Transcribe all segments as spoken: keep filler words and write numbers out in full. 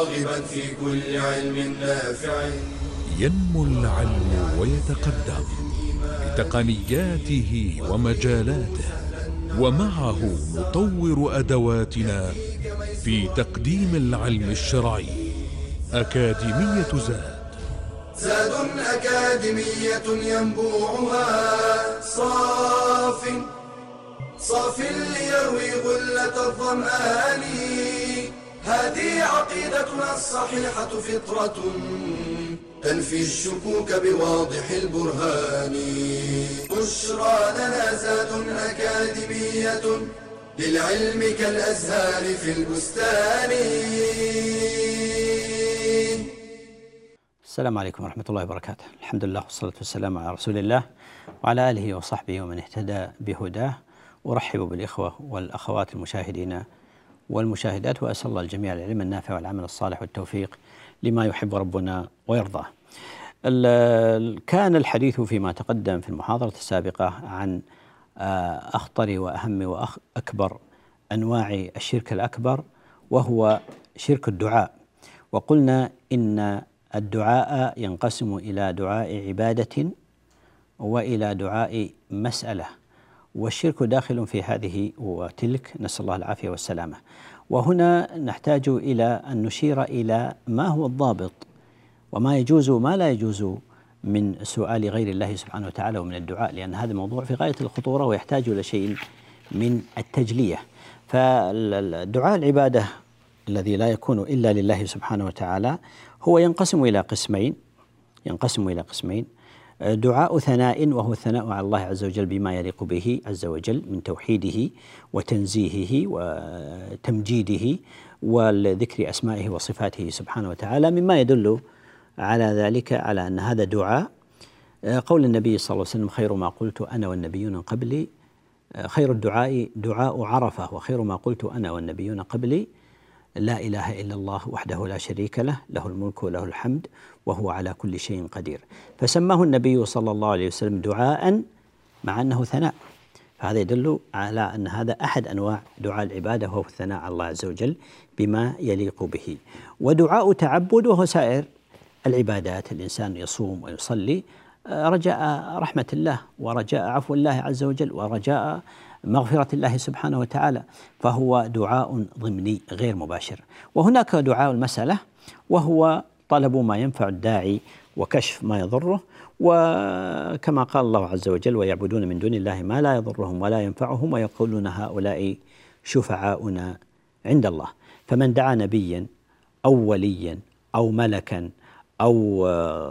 راغبا في كل علم نافع. ينمو العلم ويتقدم بتقنياته ومجالاته، ومعه نطور أدواتنا في تقديم العلم الشرعي. أكاديمية زاد زاد أكاديمية ينبوعها صاف صاف ليروي غلة الظمآن. هذه عقيدتنا الصحيحة فطرة تنفي الشكوك بواضح البرهان. بشرى لنا زاد أكاديمية للعلم كالأزهار في البستان. السلام عليكم ورحمة الله وبركاته. الحمد لله والصلاة والسلام على رسول الله وعلى آله وصحبه ومن اهتدى بهداه. أرحب بالإخوة والأخوات المشاهدين والمشاهدات، وأسأل الله الجميع العلم النافع والعمل الصالح والتوفيق لما يحب ربنا ويرضاه. كان الحديث فيما تقدم في المحاضرة السابقة عن أخطر وأهم وأكبر أنواع الشرك الأكبر، وهو شرك الدعاء. وقلنا إن الدعاء ينقسم إلى دعاء عبادة وإلى دعاء مسألة، والشرك داخل في هذه وتلك، نسأل الله العافية والسلامة. وهنا نحتاج إلى أن نشير إلى ما هو الضابط وما يجوز وما لا يجوز من سؤال غير الله سبحانه وتعالى ومن الدعاء، لأن هذا الموضوع في غاية الخطورة ويحتاج إلى شيء من التجلية. فالدعاء العبادة الذي لا يكون إلا لله سبحانه وتعالى هو ينقسم إلى قسمين ينقسم إلى قسمين دعاء ثناء، وهو الثناء على الله عز وجل بما يليق به عز وجل من توحيده وتنزيهه وتمجيده والذكر أسمائه وصفاته سبحانه وتعالى، مما يدل على ذلك على أن هذا دعاء. قول النبي صلى الله عليه وسلم: خير ما قلت أنا والنبيون قبلي، خير الدعاء دعاء عرفة، وخير ما قلت أنا والنبيون قبلي لا إله إلا الله وحده لا شريك له، له الملك وله الحمد وهو على كل شيء قدير. فسماه النبي صلى الله عليه وسلم دعاء مع أنه ثناء، فهذا يدل على أن هذا أحد أنواع دعاء العبادة، وهو الثناء على الله عز وجل بما يليق به. ودعاء تعبد وهو سائر العبادات، الإنسان يصوم ويصلي رجاء رحمة الله ورجاء عفو الله عز وجل ورجاء مغفرة الله سبحانه وتعالى، فهو دعاء ضمني غير مباشر. وهناك دعاء المسألة، وهو طلب ما ينفع الداعي وكشف ما يضره، وكما قال الله عز وجل: ويعبدون من دون الله ما لا يضرهم ولا ينفعهم ويقولون هؤلاء شفعاؤنا عند الله. فمن دعا نبيا أو وليا أو ملكا أو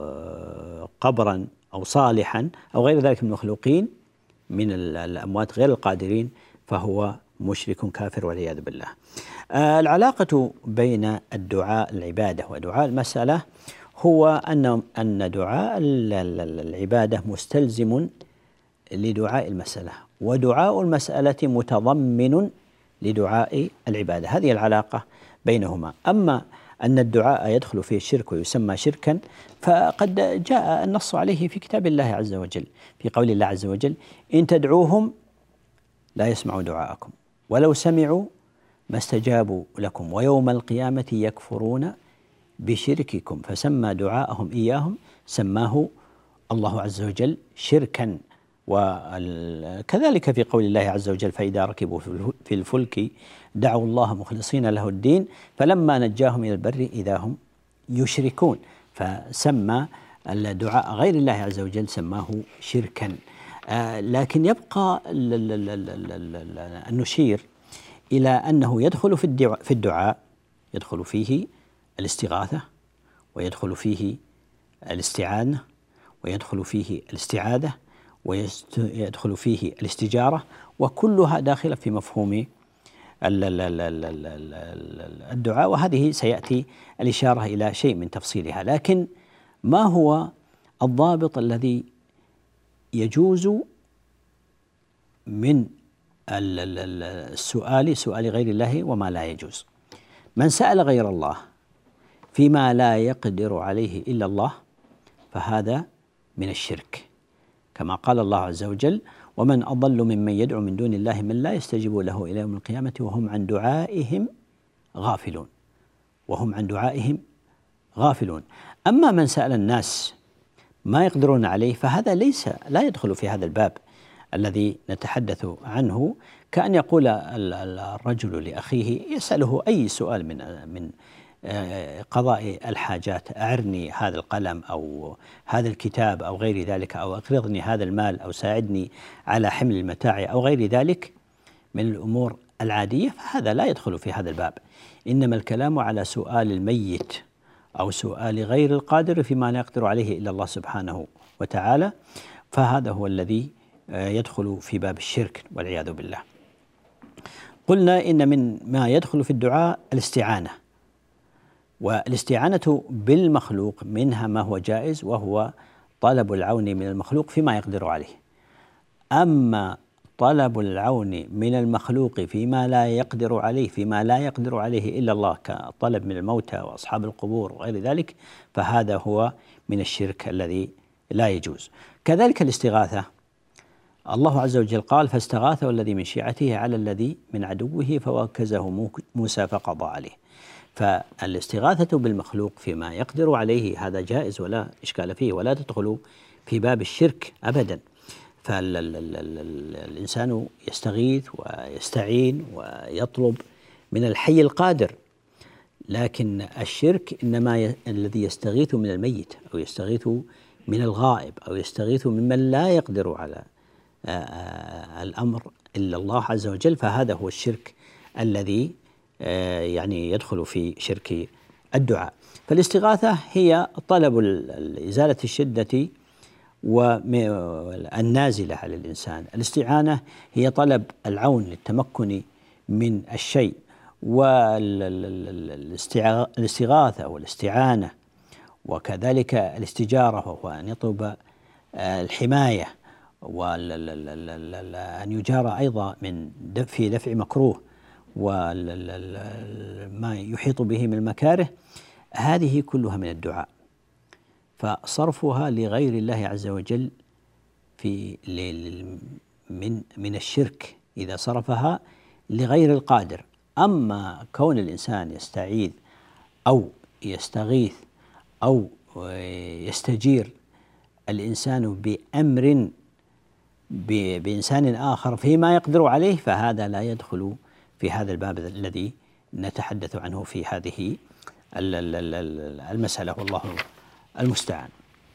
قبرا أو صالحا أو غير ذلك من المخلوقين من الأموات غير القادرين فهو مشرك كافر والعياذ بالله. آه العلاقة بين الدعاء العبادة ودعاء المسألة هو أن أن دعاء العبادة مستلزم لدعاء المسألة، ودعاء المسألة متضمن لدعاء العبادة. هذه العلاقة بينهما. أما أن الدعاء يدخل فيه الشرك ويسمى شركا، فقد جاء النص عليه في كتاب الله عز وجل، في قول الله عز وجل: إن تدعوهم لا يسمعوا دعاءكم ولو سمعوا ما استجابوا لكم ويوم القيامة يكفرون بشرككم. فسمى دعاءهم إياهم سماه الله عز وجل شركا. وكذلك في قول الله عز وجل: فإذا ركبوا في الفلك دعوا الله مخلصين له الدين فلما نجاهم إلى البر إذا هم يشركون. فسمى الدعاء غير الله عز وجل سماه شركا. آه لكن يبقى أن نشير إلى أنه يدخل في الدعاء, في الدعاء يدخل فيه الاستغاثة، ويدخل فيه الاستعانة، ويدخل فيه الاستعاذة، ويدخل فيه الاستجارة، وكلها داخلة في مفهوم الدعاء. وهذه سيأتي الإشارة إلى شيء من تفصيلها. لكن ما هو الضابط الذي يجوز من السؤال سؤال غير الله وما لا يجوز؟ من سأل غير الله فيما لا يقدر عليه إلا الله فهذا من الشرك، كما قال الله عز وجل: ومن أضل ممن يدعو من دون الله من لا يستجيب له إلى يوم القيامة وهم عن دعائهم غافلون. وهم عن دعائهم غافلون. أما من سأل الناس ما يقدرون عليه فهذا ليس لا يدخل في هذا الباب الذي نتحدث عنه، كأن يقول الرجل لأخيه يسأله أي سؤال من من قضاء الحاجات، أعرني هذا القلم أو هذا الكتاب أو غير ذلك، أو أقرضني هذا المال، أو ساعدني على حمل المتاع أو غير ذلك من الأمور العادية، فهذا لا يدخل في هذا الباب. إنما الكلام على سؤال الميت أو سؤال غير القادر فيما لا يقدر عليه إلا الله سبحانه وتعالى، فهذا هو الذي يدخل في باب الشرك والعياذ بالله. قلنا إن من ما يدخل في الدعاء الاستعانة، والاستعانة بالمخلوق منها ما هو جائز وهو طلب العون من المخلوق فيما يقدر عليه. أما طلب العون من المخلوق فيما لا يقدر عليه فيما لا يقدر عليه إلا الله كطلب من الموتى وأصحاب القبور وغير ذلك، فهذا هو من الشرك الذي لا يجوز. كذلك الاستغاثة، الله عز وجل قال فاستغاثه الذي من شيعته على الذي من عدوه فوكزه موسى فقضى عليه. فالاستغاثة بالمخلوق فيما يقدر عليه هذا جائز ولا إشكال فيه، ولا تدخل في باب الشرك أبدا. فالإنسان يستغيث ويستعين ويطلب من الحي القادر، لكن الشرك إنما ي... الذي يستغيث من الميت أو يستغيث من الغائب أو يستغيث ممن لا يقدر على الأمر إلا الله عز وجل، فهذا هو الشرك الذي يعني يدخل في شرك الدعاء. فالاستغاثة هي طلب إزالة الشدة والنازلة على الإنسان. الاستعانة هي طلب العون للتمكن من الشيء. والاستغاثة والاستعانة وكذلك الاستجارة وهو أن يطلب الحماية وأن يجار أيضا من في دفع مكروه وما يحيط به من المكاره، هذه كلها من الدعاء. فصرفها لغير الله عز وجل في من من الشرك إذا صرفها لغير القادر. أما كون الإنسان يستعيذ أو يستغيث أو يستجير الإنسان بأمر بإنسان آخر فيما يقدر عليه، فهذا لا يدخل في هذا الباب الذي نتحدث عنه في هذه المسألة، والله المستعان.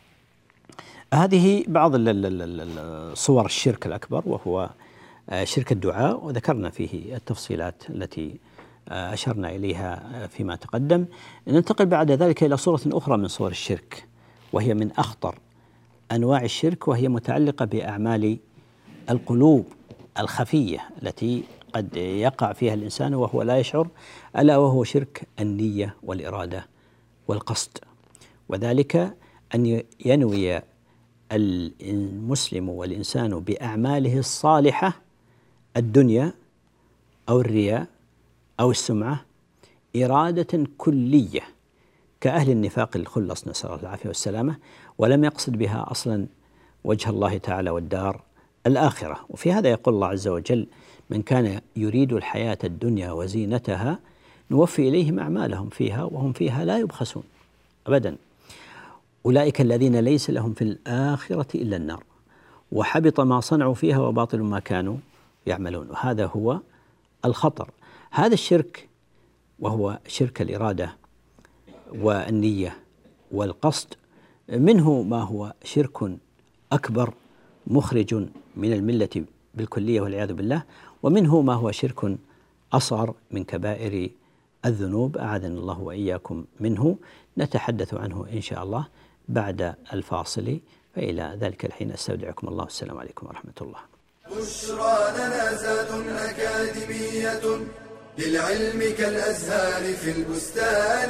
هذه بعض صور الشرك الأكبر وهو شرك الدعاء، وذكرنا فيه التفصيلات التي أشرنا إليها فيما تقدم. ننتقل بعد ذلك إلى صورة أخرى من صور الشرك، وهي من أخطر أنواع الشرك، وهي متعلقة بأعمال القلوب الخفية التي قد يقع فيها الإنسان وهو لا يشعر، ألا وهو شرك النية والإرادة والقصد. وذلك أن ينوي المسلم والإنسان بأعماله الصالحة الدنيا أو الرياء أو السمعة إرادة كلية كأهل النفاق الخلص، نسأل الله العافية والسلامة، ولم يقصد بها أصلا وجه الله تعالى والدار الآخرة. وفي هذا يقول الله عز وجل: من كان يريد الحياة الدنيا وزينتها نوفي إليهم أعمالهم فيها وهم فيها لا يبخسون أبدا، أولئك الذين ليس لهم في الآخرة إلا النار وحبط ما صنعوا فيها وباطل ما كانوا يعملون. وهذا هو الخطر. هذا الشرك وهو شرك الإرادة والنية والقصد، منه ما هو شرك أكبر مخرج من الملة بالكلية والعياذ بالله، ومنه ما هو شرك أصغر من كبائر الذنوب، أعاذنا الله وإياكم منه. نتحدث عنه إن شاء الله بعد الفاصل، فإلى ذلك الحين أستودعكم الله، السلام عليكم ورحمة الله. بشرى لنا زاد أكاديمية للعلم كالأزهار في البستان.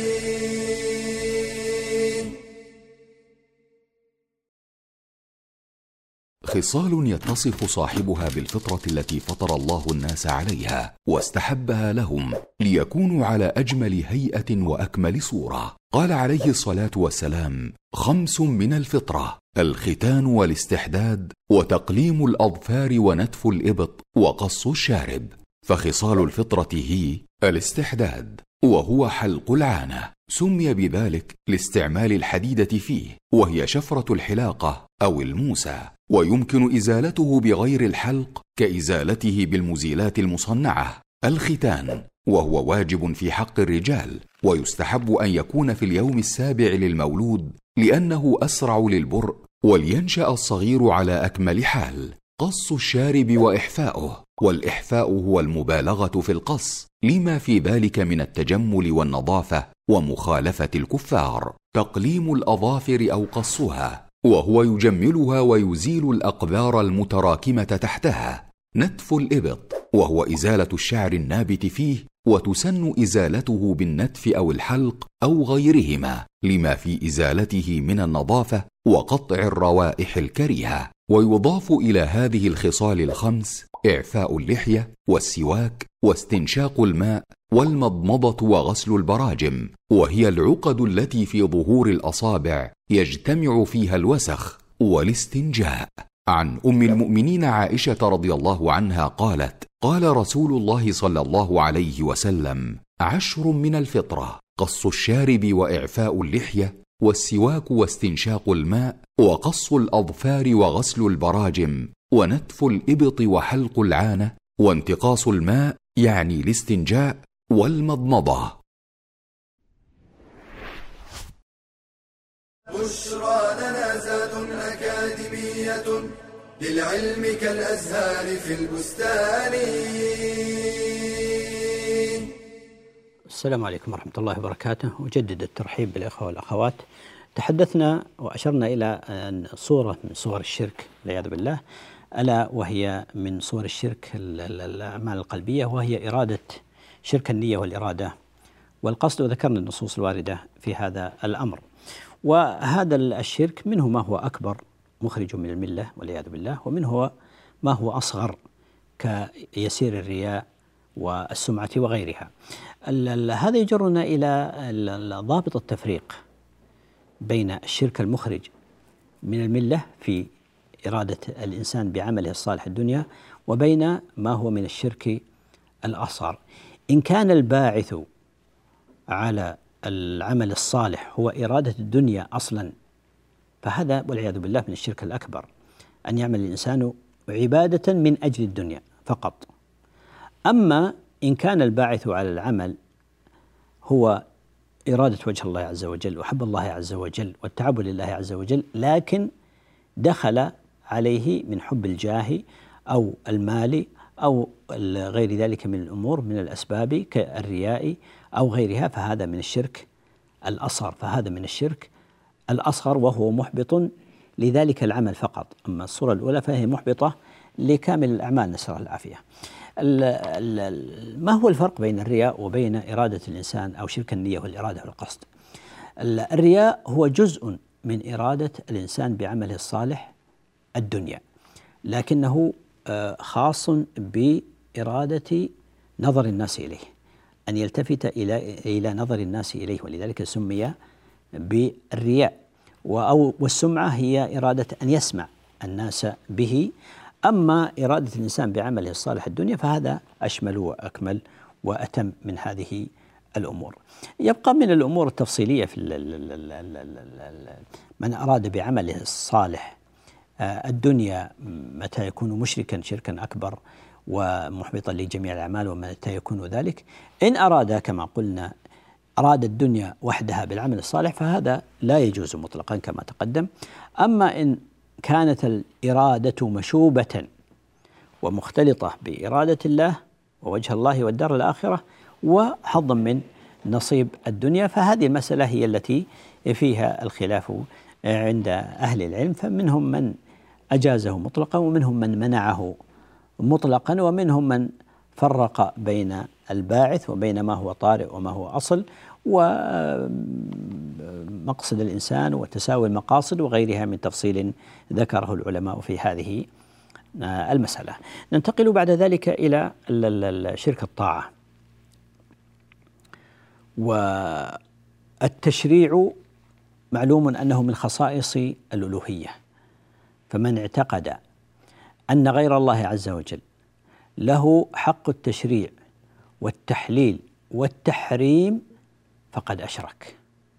خصال يتصف صاحبها بالفطرة التي فطر الله الناس عليها واستحبها لهم ليكونوا على أجمل هيئة وأكمل صورة. قال عليه الصلاة والسلام: خمس من الفطرة: الختان والاستحداد وتقليم الأظفار ونتف الإبط وقص الشارب. فخصال الفطرة هي الاستحداد وهو حلق العانة. سمي بذلك لاستعمال الحديدة فيه، وهي شفرة الحلاقة أو الموسى، ويمكن إزالته بغير الحلق كإزالته بالمزيلات المصنعة. الختان وهو واجب في حق الرجال، ويستحب أن يكون في اليوم السابع للمولود لأنه أسرع للبرء ولينشأ الصغير على أكمل حال. قص الشارب وإحفاؤه، والإحفاء هو المبالغة في القص لما في ذلك من التجمل والنظافة ومخالفة الكفار. تقليم الأظافر أو قصها، وهو يجملها ويزيل الأقذار المتراكمة تحتها. نتف الإبط، وهو إزالة الشعر النابت فيه، وتسن إزالته بالنتف أو الحلق أو غيرهما لما في إزالته من النظافة وقطع الروائح الكريهة. ويضاف إلى هذه الخصال الخمس إعفاء اللحية والسواك واستنشاق الماء والمضمضة وغسل البراجم، وهي العقد التي في ظهور الأصابع يجتمع فيها الوسخ، والاستنجاء. عن أم المؤمنين عائشة رضي الله عنها قالت: قال رسول الله صلى الله عليه وسلم: عشر من الفطرة: قص الشارب وإعفاء اللحية والسواك واستنشاق الماء وقص الأظفار وغسل البراجم ونتف الإبط وحلق العانة وانتقاص الماء يعني الاستنجاء والمضمضة. بشرى لنا زاد أكاديمية للعلم كالأزهار في البستان. السلام عليكم ورحمة الله وبركاته. أجدد الترحيب بالإخوة والأخوات. تحدثنا وأشرنا إلى صورة من صور الشرك والعياذ بالله، ألا وهي من صور الشرك الأعمال القلبية، وهي إرادة شرك النية والإرادة والقصد، وذكرنا النصوص الواردة في هذا الأمر. وهذا الشرك منه ما هو أكبر مخرج من الملة والعياذ بالله، ومنه ما هو أصغر كيسير الرياء والسمعة وغيرها. هذا يجرنا إلى ضابط التفريق بين الشرك المخرج من الملة في إرادة الإنسان بعمله الصالح الدنيا، وبين ما هو من الشرك الأصغر. إن كان الباعث على العمل الصالح هو إرادة الدنيا أصلا، فهذا والعياذ بالله من الشرك الأكبر، أن يعمل الإنسان عبادة من أجل الدنيا فقط. أما إن كان الباعث على العمل هو إرادة وجه الله عز وجل وحب الله عز وجل والتعبد لله عز وجل، لكن دخل عليه من حب الجاه أو المال أو غير ذلك من الأمور من الأسباب كالرياء أو غيرها، فهذا من الشرك الأصغر فهذا من الشرك الأصغر وهو محبط لذلك العمل فقط. أما الصورة الأولى فهي محبطة لكامل الأعمال، نسأل الله العافية. ما هو الفرق بين الرياء وبين إرادة الإنسان أو شرك النية والإرادة والقصد؟ الرياء هو جزء من إرادة الإنسان بعمله الصالح الدنيا، لكنه خاص بإرادة نظر الناس إليه، أن يلتفت إلى إلى نظر الناس إليه، ولذلك سمي بالرياء. والسمعة هي إرادة أن يسمع الناس به. أما إرادة الإنسان بعمله الصالح الدنيا فهذا أشمل وأكمل وأتم من هذه الأمور. يبقى من الأمور التفصيلية في من أراد بعمله الصالح الدنيا متى يكون مشركا شركا أكبر ومحبطا لجميع الأعمال، ومتى يكون ذلك. إن أراد كما قلنا أراد الدنيا وحدها بالعمل الصالح فهذا لا يجوز مطلقا كما تقدم. أما إن كانت الإرادة مشوبة ومختلطة بإرادة الله ووجه الله والدار الآخرة وحظا من نصيب الدنيا، فهذه المسألة هي التي فيها الخلاف عند أهل العلم، فمنهم من أجازه مطلقا ومنهم من منعه مطلقا ومنهم من فرق بين الباعث وبين ما هو طارئ وما هو أصل ومقصد الإنسان وتساوي المقاصد وغيرها من تفصيل ذكره العلماء في هذه المسألة. ننتقل بعد ذلك إلى شرك الطاعة. والتشريع معلوم أنه من خصائص الألوهية، فمن اعتقد أن غير الله عز وجل له حق التشريع والتحليل والتحريم فقد أشرك.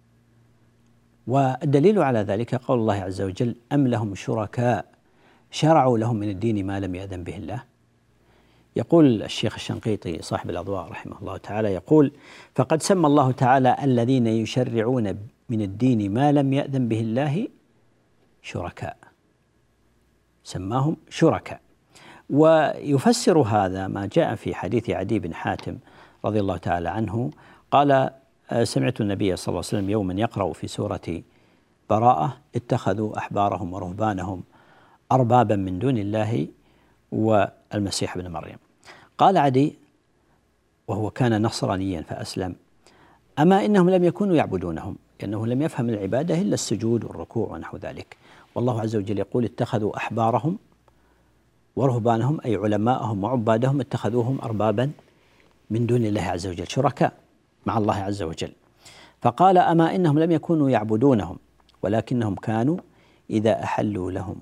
والدليل على ذلك قول الله عز وجل: أم لهم شركاء شرعوا لهم من الدين ما لم يأذن به الله. يقول الشيخ الشنقيطي صاحب الأضواء رحمه الله تعالى، يقول: فقد سمى الله تعالى الذين يشرعون من الدين ما لم يأذن به الله شركاء، سماهم شركاء. ويفسر هذا ما جاء في حديث عدي بن حاتم رضي الله تعالى عنه قال: سمعت النبي صلى الله عليه وسلم يوما يقرأ في سورة براءة: اتخذوا أحبارهم ورهبانهم أربابا من دون الله والمسيح ابن مريم. قال عدي وهو كان نصرانيا فأسلم: أما إنهم لم يكونوا يعبدونهم، لأنه لم يفهم العبادة إلا السجود والركوع ونحو ذلك. والله عز وجل يقول: اتخذوا أحبارهم ورهبانهم، أي علماءهم وعبادهم اتخذوهم أربابا من دون الله عز وجل، شركاء مع الله عز وجل. فقال: أما إنهم لم يكونوا يعبدونهم، ولكنهم كانوا إذا أحلوا لهم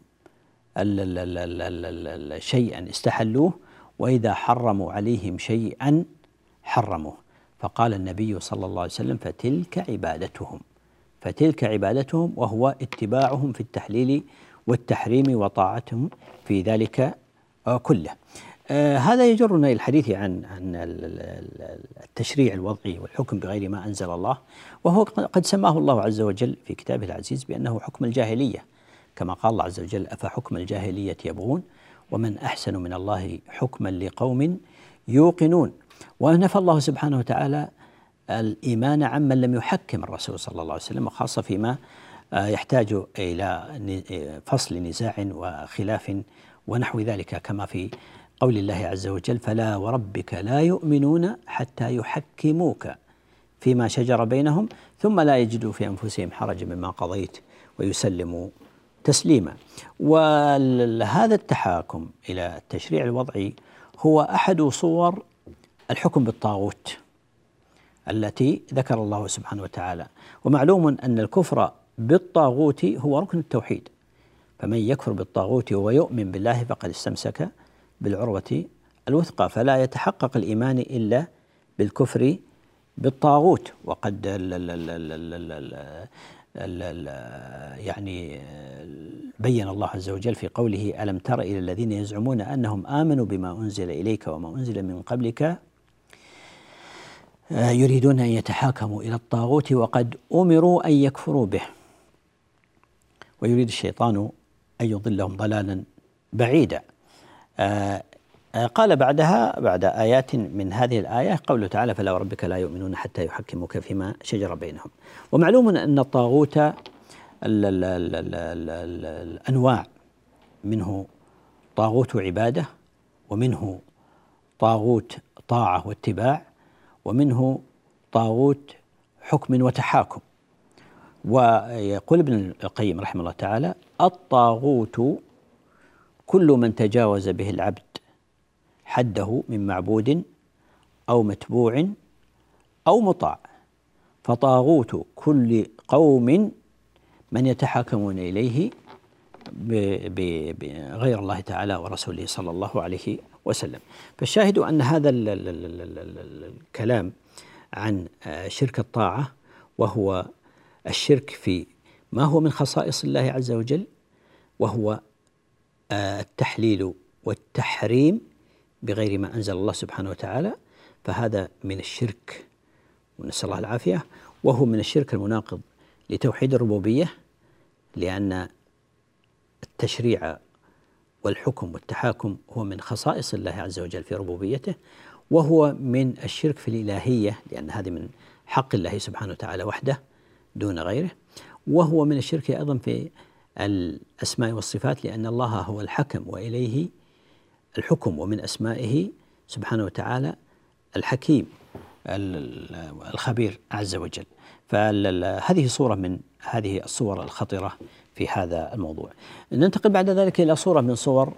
شيئا استحلوه، وإذا حرموا عليهم شيئا حرموه. فقال النبي صلى الله عليه وسلم: فتلك عبادتهم، فتلك عبادتهم، وهو اتباعهم في التحليل والتحريم وطاعتهم في ذلك كله. آه هذا يجرنا إلى الحديث عن عن التشريع الوضعي والحكم بغير ما أنزل الله، وهو قد سماه الله عز وجل في كتابه العزيز بأنه حكم الجاهلية، كما قال الله عز وجل: أفحكم الجاهلية يبغون ومن أحسن من الله حكما لقوم يوقنون. ونفى الله سبحانه وتعالى الإيمان عمن لم يحكم الرسول صلى الله عليه وسلم، وخاصة فيما يحتاج إلى فصل نزاع وخلاف ونحو ذلك، كما في قول الله عز وجل: فلا وربك لا يؤمنون حتى يحكموك فيما شجر بينهم ثم لا يجدوا في أنفسهم حرجا مما قضيت ويسلموا تسليما. وهذا التحاكم إلى التشريع الوضعي هو أحد صور الحكم بالطاغوت التي ذكر الله سبحانه وتعالى. ومعلوم أن الكفر بالطاغوت هو ركن التوحيد، فمن يكفر بالطاغوت ويؤمن بالله فقد استمسك بالعروة الوثقى، فلا يتحقق الإيمان إلا بالكفر بالطاغوت. وقد ال ال ال ال ال ال ال يعني بين الله عز وجل في قوله: ألم تر إلى الذين يزعمون أنهم آمنوا بما أنزل إليك وما أنزل من قبلك يريدون أن يتحاكموا إلى الطاغوت وقد أمروا أن يكفروا به ويريد الشيطان أن يضلهم ضلالا بعيدا. آه قال بعدها بعد آيات من هذه الآية قوله تعالى: فلا وربك لا يؤمنون حتى يحكموك فيما شجر بينهم. ومعلوم أن الطاغوت الأنواع، منه طاغوت عبادة، ومنه طاغوت طاعة واتباع، ومنه طاغوت حكم وتحاكم. ويقول ابن القيم رحمه الله تعالى: الطاغوت كل من تجاوز به العبد حده من معبود أو متبوع أو مطاع، فطاغوت كل قوم من يتحاكمون إليه بغير الله تعالى ورسوله صلى الله عليه وسلم. فالشاهد أن هذا الكلام عن شرك الطاعة، وهو الشرك في ما هو من خصائص الله عز وجل، وهو التحليل والتحريم بغير ما أنزل الله سبحانه وتعالى، فهذا من الشرك ونسأل الله العافية، وهو من الشرك المناقض لتوحيد الربوبية، لأن التشريع والحكم والتحاكم هو من خصائص الله عز وجل في ربوبيته، وهو من الشرك في الإلهية، لأن هذه من حق الله سبحانه وتعالى وحده دون غيره، وهو من الشرك أيضا في الأسماء والصفات، لأن الله هو الحكم وإليه الحكم، ومن أسمائه سبحانه وتعالى الحكيم الخبير عز وجل. فهذه صورة من هذه الصور الخطرة في هذا الموضوع. ننتقل بعد ذلك إلى صورة من صور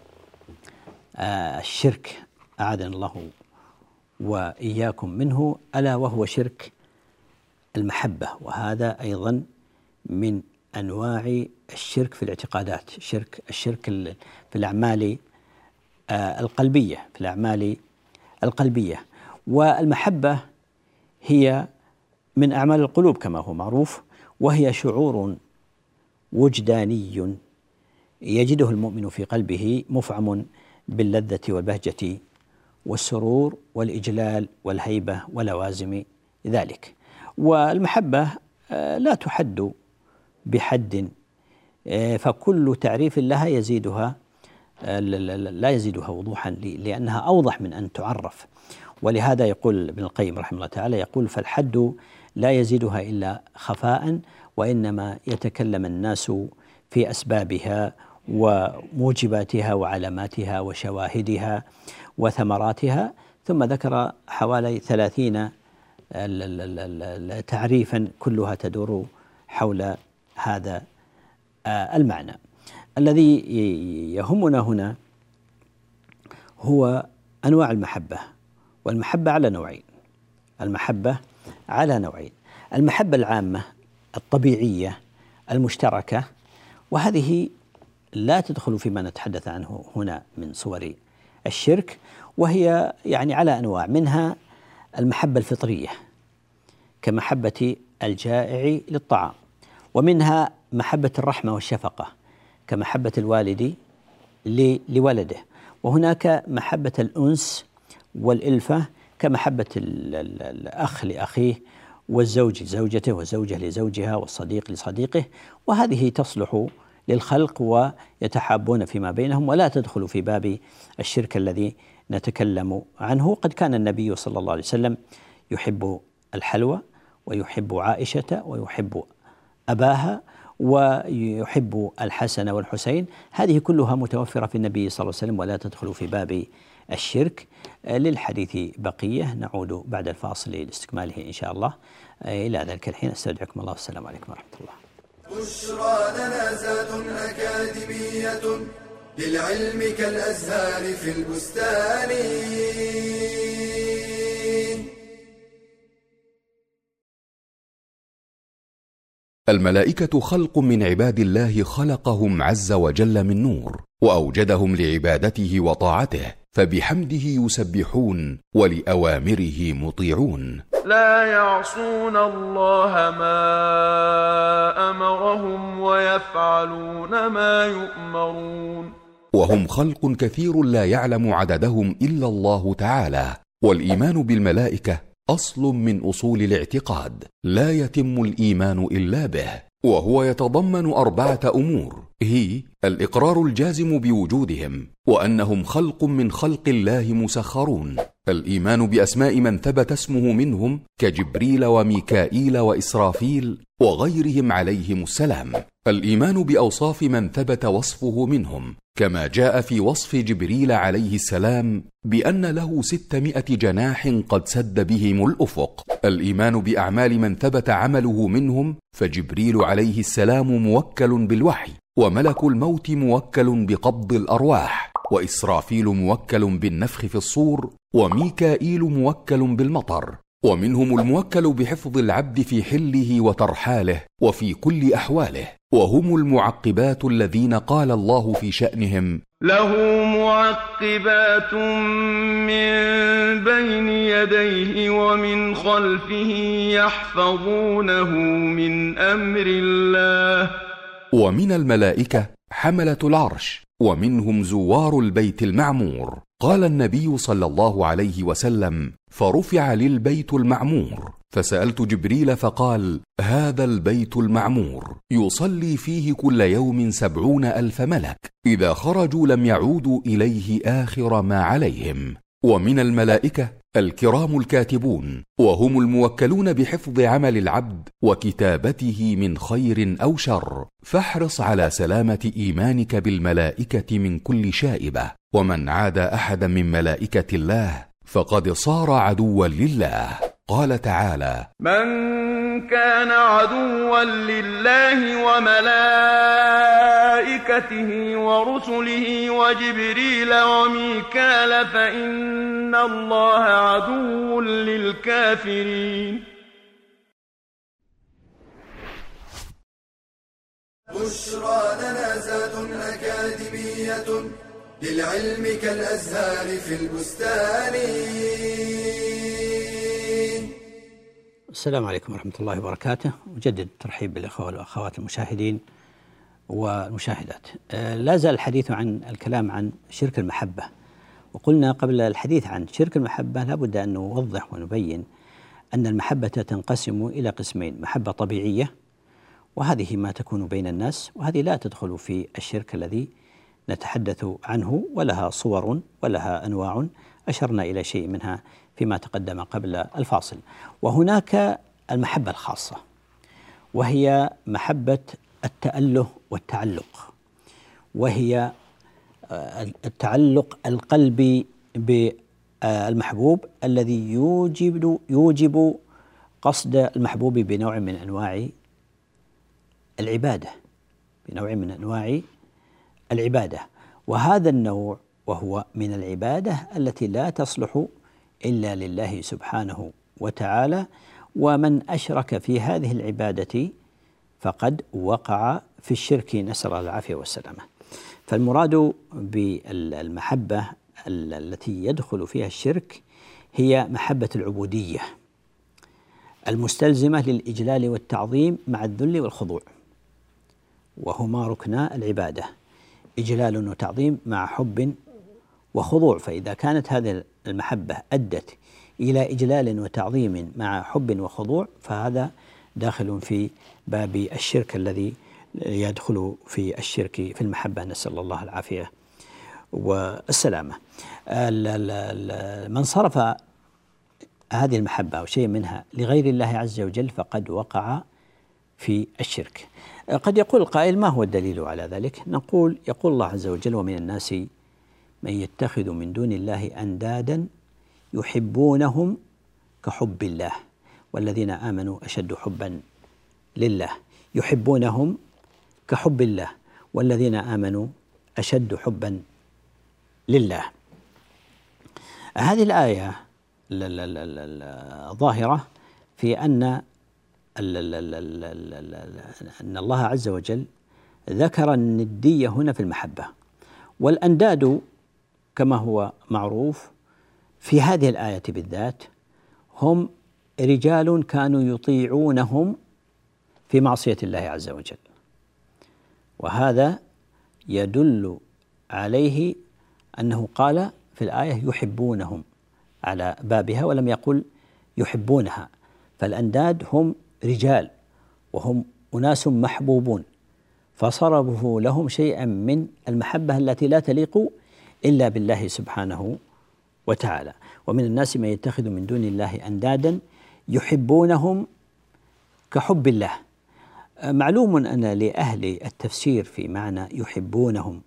الشرك أعاذنا الله وإياكم منه، ألا وهو شرك المحبة، وهذا أيضا من أنواع الشرك في الاعتقادات، شرك الشرك في الأعمال القلبية، في الأعمال القلبية. والمحبة هي من أعمال القلوب كما هو معروف، وهي شعور وجداني يجده المؤمن في قلبه مفعم باللذة والبهجة والسرور والإجلال والهيبة ولوازم ذلك. والمحبة لا تحد بحد، فكل تعريف لها يزيدها لا يزيدها وضوحا لأنها أوضح من أن تعرف. ولهذا يقول ابن القيم رحمه الله تعالى، يقول: فالحد لا يزيدها إلا خفاء، وإنما يتكلم الناس في أسبابها وموجباتها وعلاماتها وشواهدها وثمراتها. ثم ذكر حوالي ثلاثين تعريفا كلها تدور حول هذا المعنى. الذي يهمنا هنا هو أنواع المحبة، والمحبة على نوعين. المحبة على نوعين: المحبة العامة الطبيعية المشتركة، وهذه لا تدخل فيما نتحدث عنه هنا من صور الشرك، وهي يعني على أنواع، منها المحبة الفطرية كمحبة الجائع للطعام، ومنها محبة الرحمة والشفقة كمحبة الوالد لولده، وهناك محبة الأنس والإلفة كمحبة الأخ لأخيه والزوج لزوجته والزوجة لزوجها والصديق لصديقه، وهذه تصلح للخلق ويتحابون فيما بينهم، ولا تدخل في باب الشرك الذي نتكلم عنه. قد كان النبي صلى الله عليه وسلم يحب الحلوى ويحب عائشة ويحب أباها ويحب الحسن والحسين، هذه كلها متوفرة في النبي صلى الله عليه وسلم ولا تدخل في باب الشرك. للحديث بقية، نعود بعد الفاصل لاستكماله إن شاء الله. إلى ذلك الحين استودعكم الله، والسلام عليكم ورحمة الله. بشرى لنا زاد أكاديمية للعلم كالأزهار في البستان. الملائكة خلق من عباد الله خلقهم عز وجل من نور، وأوجدهم لعبادته وطاعته، فبحمده يسبحون ولأوامره مطيعون. لا يعصون الله ما أمرهم ويفعلون ما يؤمرون. وهم خلق كثير لا يعلم عددهم إلا الله تعالى. والإيمان بالملائكة أصل من أصول الاعتقاد، لا يتم الإيمان إلا به، وهو يتضمن أربعة أمور، هي الإقرار الجازم بوجودهم، وأنهم خلق من خلق الله مسخرون، الإيمان بأسماء من ثبت اسمه منهم كجبريل وميكائيل وإسرافيل وغيرهم عليهم السلام، الإيمان بأوصاف من ثبت وصفه منهم كما جاء في وصف جبريل عليه السلام بأن له ستمائة جناح قد سد بهم الأفق، الإيمان بأعمال من ثبت عمله منهم، فجبريل عليه السلام موكل بالوحي، وملك الموت موكل بقبض الأرواح، وإسرافيل موكل بالنفخ في الصور، وميكائيل موكل بالمطر، ومنهم الموكل بحفظ العبد في حله وترحاله وفي كل أحواله، وهم المعقبات الذين قال الله في شأنهم: له معقبات من بين يديه ومن خلفه يحفظونه من أمر الله. ومن الملائكة حملة العرش، ومنهم زوار البيت المعمور. قال النبي صلى الله عليه وسلم: فرفع للبيت المعمور، فسألت جبريل فقال: هذا البيت المعمور يصلي فيه كل يوم سبعون ألف ملك، إذا خرجوا لم يعودوا إليه آخر ما عليهم. ومن الملائكة الكرام الكاتبون، وهم الموكلون بحفظ عمل العبد وكتابته من خير أو شر، فاحرص على سلامة إيمانك بالملائكة من كل شائبة، ومن عاد أحدا من ملائكة الله فقد صار عدوا لله. قال تعالى: من كان عدوا لله وملائكته ورسله وجبريل وميكال فإن الله عدو للكافرين. بشرى لنا زاد أكاديمية للعلم كالأزهار في البستان. السلام عليكم ورحمة الله وبركاته. أجدد الترحيب بالإخوة والأخوات المشاهدين والمشاهدات. لا زال الحديث عن الكلام عن شرك المحبة، وقلنا قبل الحديث عن شرك المحبة لابد أن نوضح ونبين أن المحبة تنقسم إلى قسمين: محبة طبيعية، وهذه ما تكون بين الناس، وهذه لا تدخل في الشرك الذي نتحدث عنه، ولها صور ولها أنواع أشرنا إلى شيء منها فيما تقدم قبل الفاصل. وهناك المحبة الخاصة، وهي محبة التأله والتعلق، وهي التعلق القلبي بالمحبوب الذي يوجب يوجب قصد المحبوب بنوع من أنواع العبادة بنوع من أنواع العبادة وهذا النوع وهو من العبادة التي لا تصلح إلا لله سبحانه وتعالى، ومن أشرك في هذه العبادة فقد وقع في الشرك، نسأل الله العافية والسلامة. فالمراد بالمحبة التي يدخل فيها الشرك هي محبة العبودية المستلزمة للإجلال والتعظيم مع الذل والخضوع، وهما ركنا العبادة: إجلال وتعظيم مع حب وخضوع. فإذا كانت هذه المحبة أدت إلى إجلال وتعظيم مع حب وخضوع فهذا داخل في باب الشرك الذي يدخل في الشرك في المحبة، نسأل الله العافية والسلامة. من صرف هذه المحبة أو شيء منها لغير الله عز وجل فقد وقع في الشرك. قد يقول القائل: ما هو الدليل على ذلك؟ نقول: يقول الله عز وجل: ومن الناس من يتخذ من دون الله أندادا يحبونهم كحب الله والذين آمنوا أشد حبا لله. يحبونهم كحب الله والذين آمنوا أشد حبا لله. هذه الآية الظاهرة في أن أن الله عز وجل ذكر الندية هنا في المحبة، والأنداد كما هو معروف في هذه الآية بالذات هم رجال كانوا يطيعونهم في معصية الله عز وجل، وهذا يدل عليه أنه قال في الآية يحبونهم على بابها ولم يقل يحبونها. فالأنداد هم رجال وهم أناس محبوبون، فصرفوا لهم شيئا من المحبة التي لا تليق إلا بالله سبحانه وتعالى. ومن الناس من يتخذ من دون الله أندادا يحبونهم كحب الله. معلوم أن لأهل التفسير في معنى يحبونهم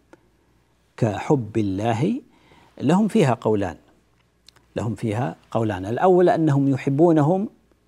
كحب الله لهم فيها قولان لهم فيها قولان الأول أنهم يحبونهم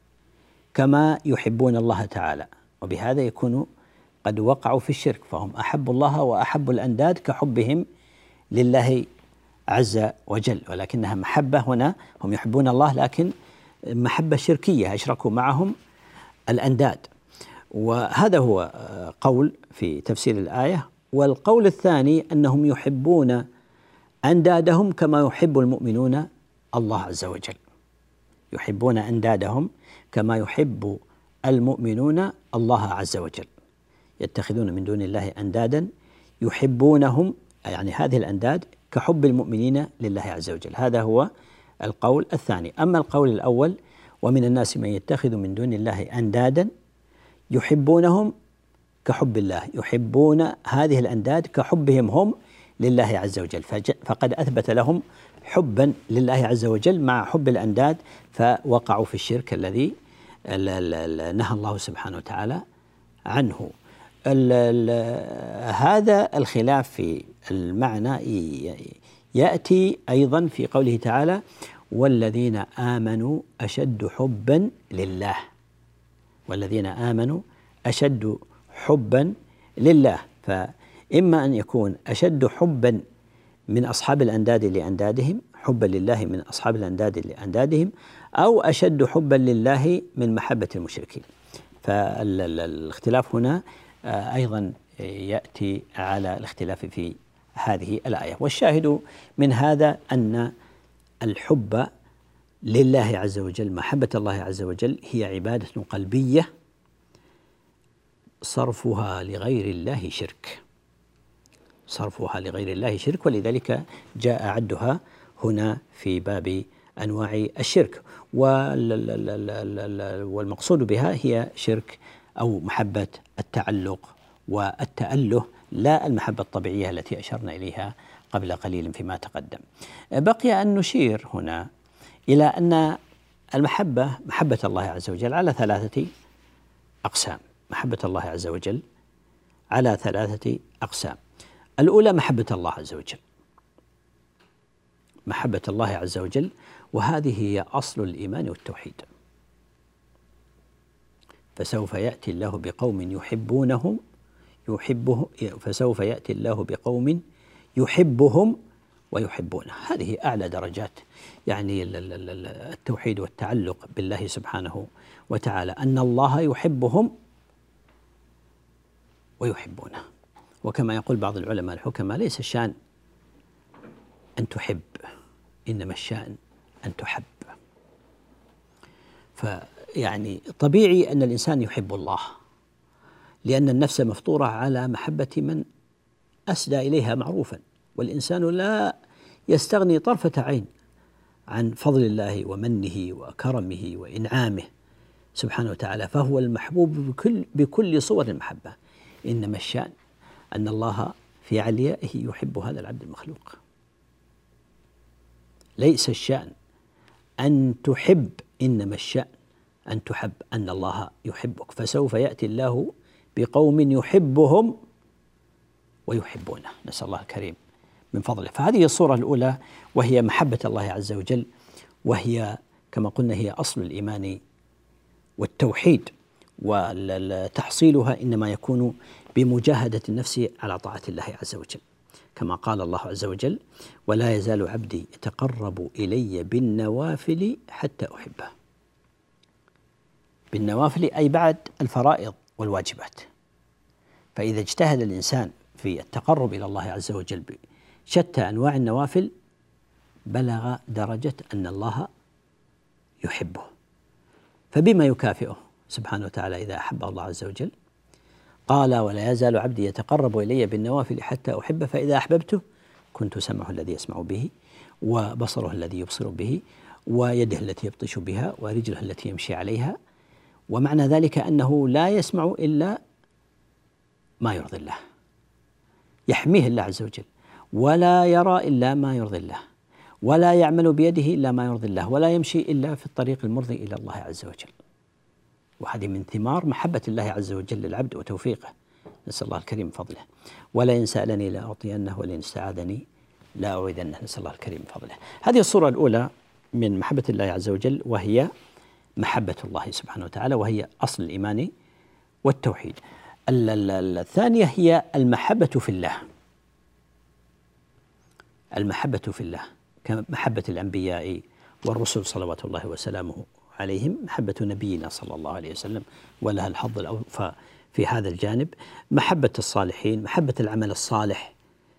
كما يحبون الله تعالى، وبهذا يكون قد وقعوا في الشرك، فهم أحبوا الله وأحبوا الأنداد كحبهم لله عز وجل، ولكنها محبة هنا هم يحبون الله لكن محبة شركية أشركوا معهم الأنداد. وهذا هو قول في تفسير الآية. والقول الثاني أنهم يحبون أندادهم كما يحب المؤمنون الله عز وجل، يحبون أندادهم كما يحب المؤمنون الله عز وجل، يتخذون من دون الله أندادا يحبونهم، يعني هذه الأنداد كحب المؤمنين لله عز وجل. هذا هو القول الثاني. أما القول الأول: ومن الناس من يتخذ من دون الله أندادا يحبونهم كحب الله، يحبون هذه الأنداد كحبهم هم لله عز وجل، فقد أثبت لهم حبا لله عز وجل مع حب الأنداد، فوقعوا في الشرك الذي نهى الله سبحانه وتعالى عنه. ال ال هذا الخلاف في المعنى يأتي أيضا في قوله تعالى: والذين آمنوا أشد حبا لله، والذين آمنوا أشد حبا لله. فإما أن يكون أشد حبا من أصحاب الأنداد لأندادهم، حبا لله من أصحاب الأنداد لأندادهم، أو أشد حبا لله من محبة المشركين. فالاختلاف هنا أيضا يأتي على الاختلاف في هذه الآية. والشاهد من هذا أن الحب لله عز وجل، محبة الله عز وجل هي عبادة قلبية صرفها لغير الله شرك، صرفها لغير الله شرك، ولذلك جاء عدها هنا في باب أنواع الشرك. والمقصود بها هي شرك أو محبة التعلق والتأله، لا المحبة الطبيعية التي أشرنا إليها قبل قليل فيما تقدم. بقي أن نشير هنا إلى أن المحبة، محبة الله عز وجل على ثلاثة أقسام. محبة الله عز وجل على ثلاثة أقسام. الأولى محبة الله عز وجل، محبة الله عز وجل، وهذه هي أصل الإيمان والتوحيد. فسوف يأتي الله بقوم يحبونهم يحبه فسوف يأتي الله بقوم يحبهم ويحبونه. هذه أعلى درجات يعني التوحيد والتعلق بالله سبحانه وتعالى، أن الله يحبهم ويحبونه. وكما يقول بعض العلماء الحكماء: ليس الشأن أن تحب، إنما الشأن أن تحب. فيعني طبيعي أن الإنسان يحب الله، لأن النفس مفطورة على محبة من أسدى إليها معروفا، والإنسان لا يستغني طرفة عين عن فضل الله ومنه وكرمه وإنعامه سبحانه وتعالى، فهو المحبوب بكل, بكل صور المحبة. إنما الشأن أن الله في عليائه يحب هذا العبد المخلوق. ليس الشأن أن تحب، إنما الشأن أن تحب، أن الله يحبك. فسوف يأتي الله بقوم يحبهم ويحبونه، نسأل الله الكريم من فضله. فهذه الصورة الأولى وهي محبة الله عز وجل، وهي كما قلنا هي أصل الإيمان والتوحيد، وتحصيلها إنما يكون بمجاهدة النفس على طاعة الله عز وجل، كما قال الله عز وجل: ولا يزال عبدي يتقرب إلي بالنوافل حتى أحبه. بالنوافل أي بعد الفرائض والواجبات. فإذا اجتهد الإنسان في التقرب إلى الله عز وجل بشتى أنواع النوافل بلغ درجة أن الله يحبه. فبما يكافئه سبحانه وتعالى إذا أحب الله عز وجل؟ قال: ولا يزال عبدي يتقرب إلي بالنوافل حتى أحبه، فإذا أحببته كنت سمعه الذي يسمع به، وبصره الذي يبصر به، ويده التي يبطش بها، ورجله التي يمشي عليها. ومعنى ذلك أنه لا يسمع إلا ما يرضي الله، يحميه الله عز وجل، ولا يرى إلا ما يرضي الله، ولا يعمل بيده إلا ما يرضي الله، ولا يمشي إلا في الطريق المرضي إلى الله عز وجل. وهذه من ثمار محبة الله عز وجل للعبد وتوفيقه، نسأل الله الكريم فضله. ولئن سألني لأعطينه ولئن استعاذني لا أعيذنه، نسأل الله الكريم فضله. هذه الصورة الأولى من محبة الله عز وجل، وهي محبة الله سبحانه وتعالى، وهي أصل الإيمان والتوحيد. الثانية هي المحبة في الله، المحبة في الله كمحبة الأنبياء والرسل صلوات الله وسلامه عليهم، محبة نبينا صلى الله عليه وسلم ولها الحظ الأوفى في هذا الجانب، محبة الصالحين، محبة العمل الصالح.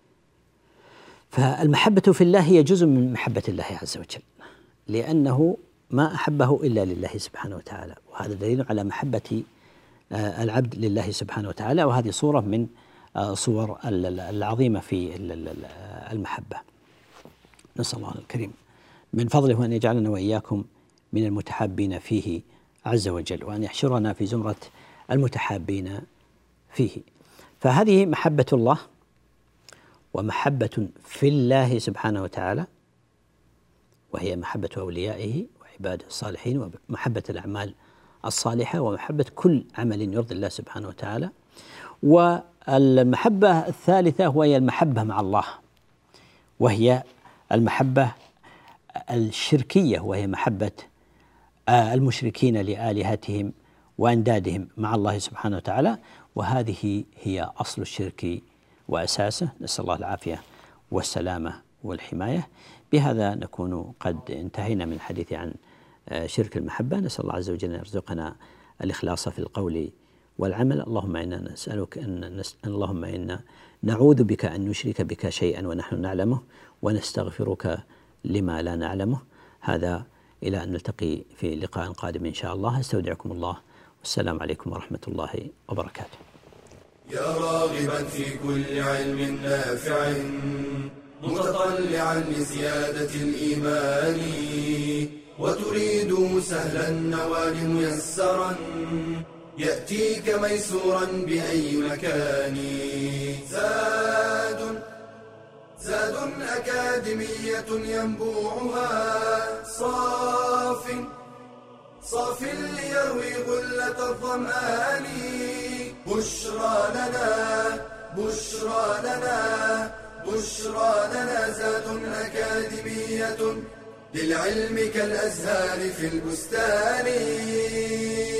فالمحبة في الله هي جزء من محبة الله عز وجل، لأنه ما أحبه إلا لله سبحانه وتعالى، وهذا دليل على محبة العبد لله سبحانه وتعالى. وهذه صورة من صور العظيمة في المحبة. نسأل الله الكريم من فضله أن يجعلنا وإياكم من المتحابين فيه عز وجل، وأن يحشرنا في زمرة المتحابين فيه. فهذه محبة الله، ومحبة في الله سبحانه وتعالى، وهي محبة أوليائه وعباده الصالحين، ومحبة الأعمال الصالحة، ومحبة كل عمل يرضي الله سبحانه وتعالى. والمحبة الثالثة وهي المحبة مع الله، وهي المحبة الشركية، وهي محبة المشركين لآلهتهم وأندادهم مع الله سبحانه وتعالى، وهذه هي أصل الشرك وأساسه، نسأل الله العافية والسلامة والحماية. بهذا نكون قد انتهينا من الحديث عن شرك المحبة. نسأل الله عز وجل أن يرزقنا الإخلاص في القول والعمل. اللهم إنا نسألك أن نس... اللهم إنا نعوذ بك أن نشرك بك شيئا ونحن نعلمه، ونستغفرك لما لا نعلمه. هذا إلى أن نلتقي في لقاء قادم إن شاء الله. استودعكم الله والسلام عليكم ورحمة الله وبركاته. يا راغبا في كل علم نافع متطلعا لزيادة الإيمان وتريد سهلا النوال ميسرا يأتيك ميسورا بأي مكان. زاد زاد أكاديمية ينبوعها صاف صاف ليروي غلة الظمآن. بشرى لنا بشرى لنا بشرى لنا زاد أكاديمية للعلم كالأزهار في البستان.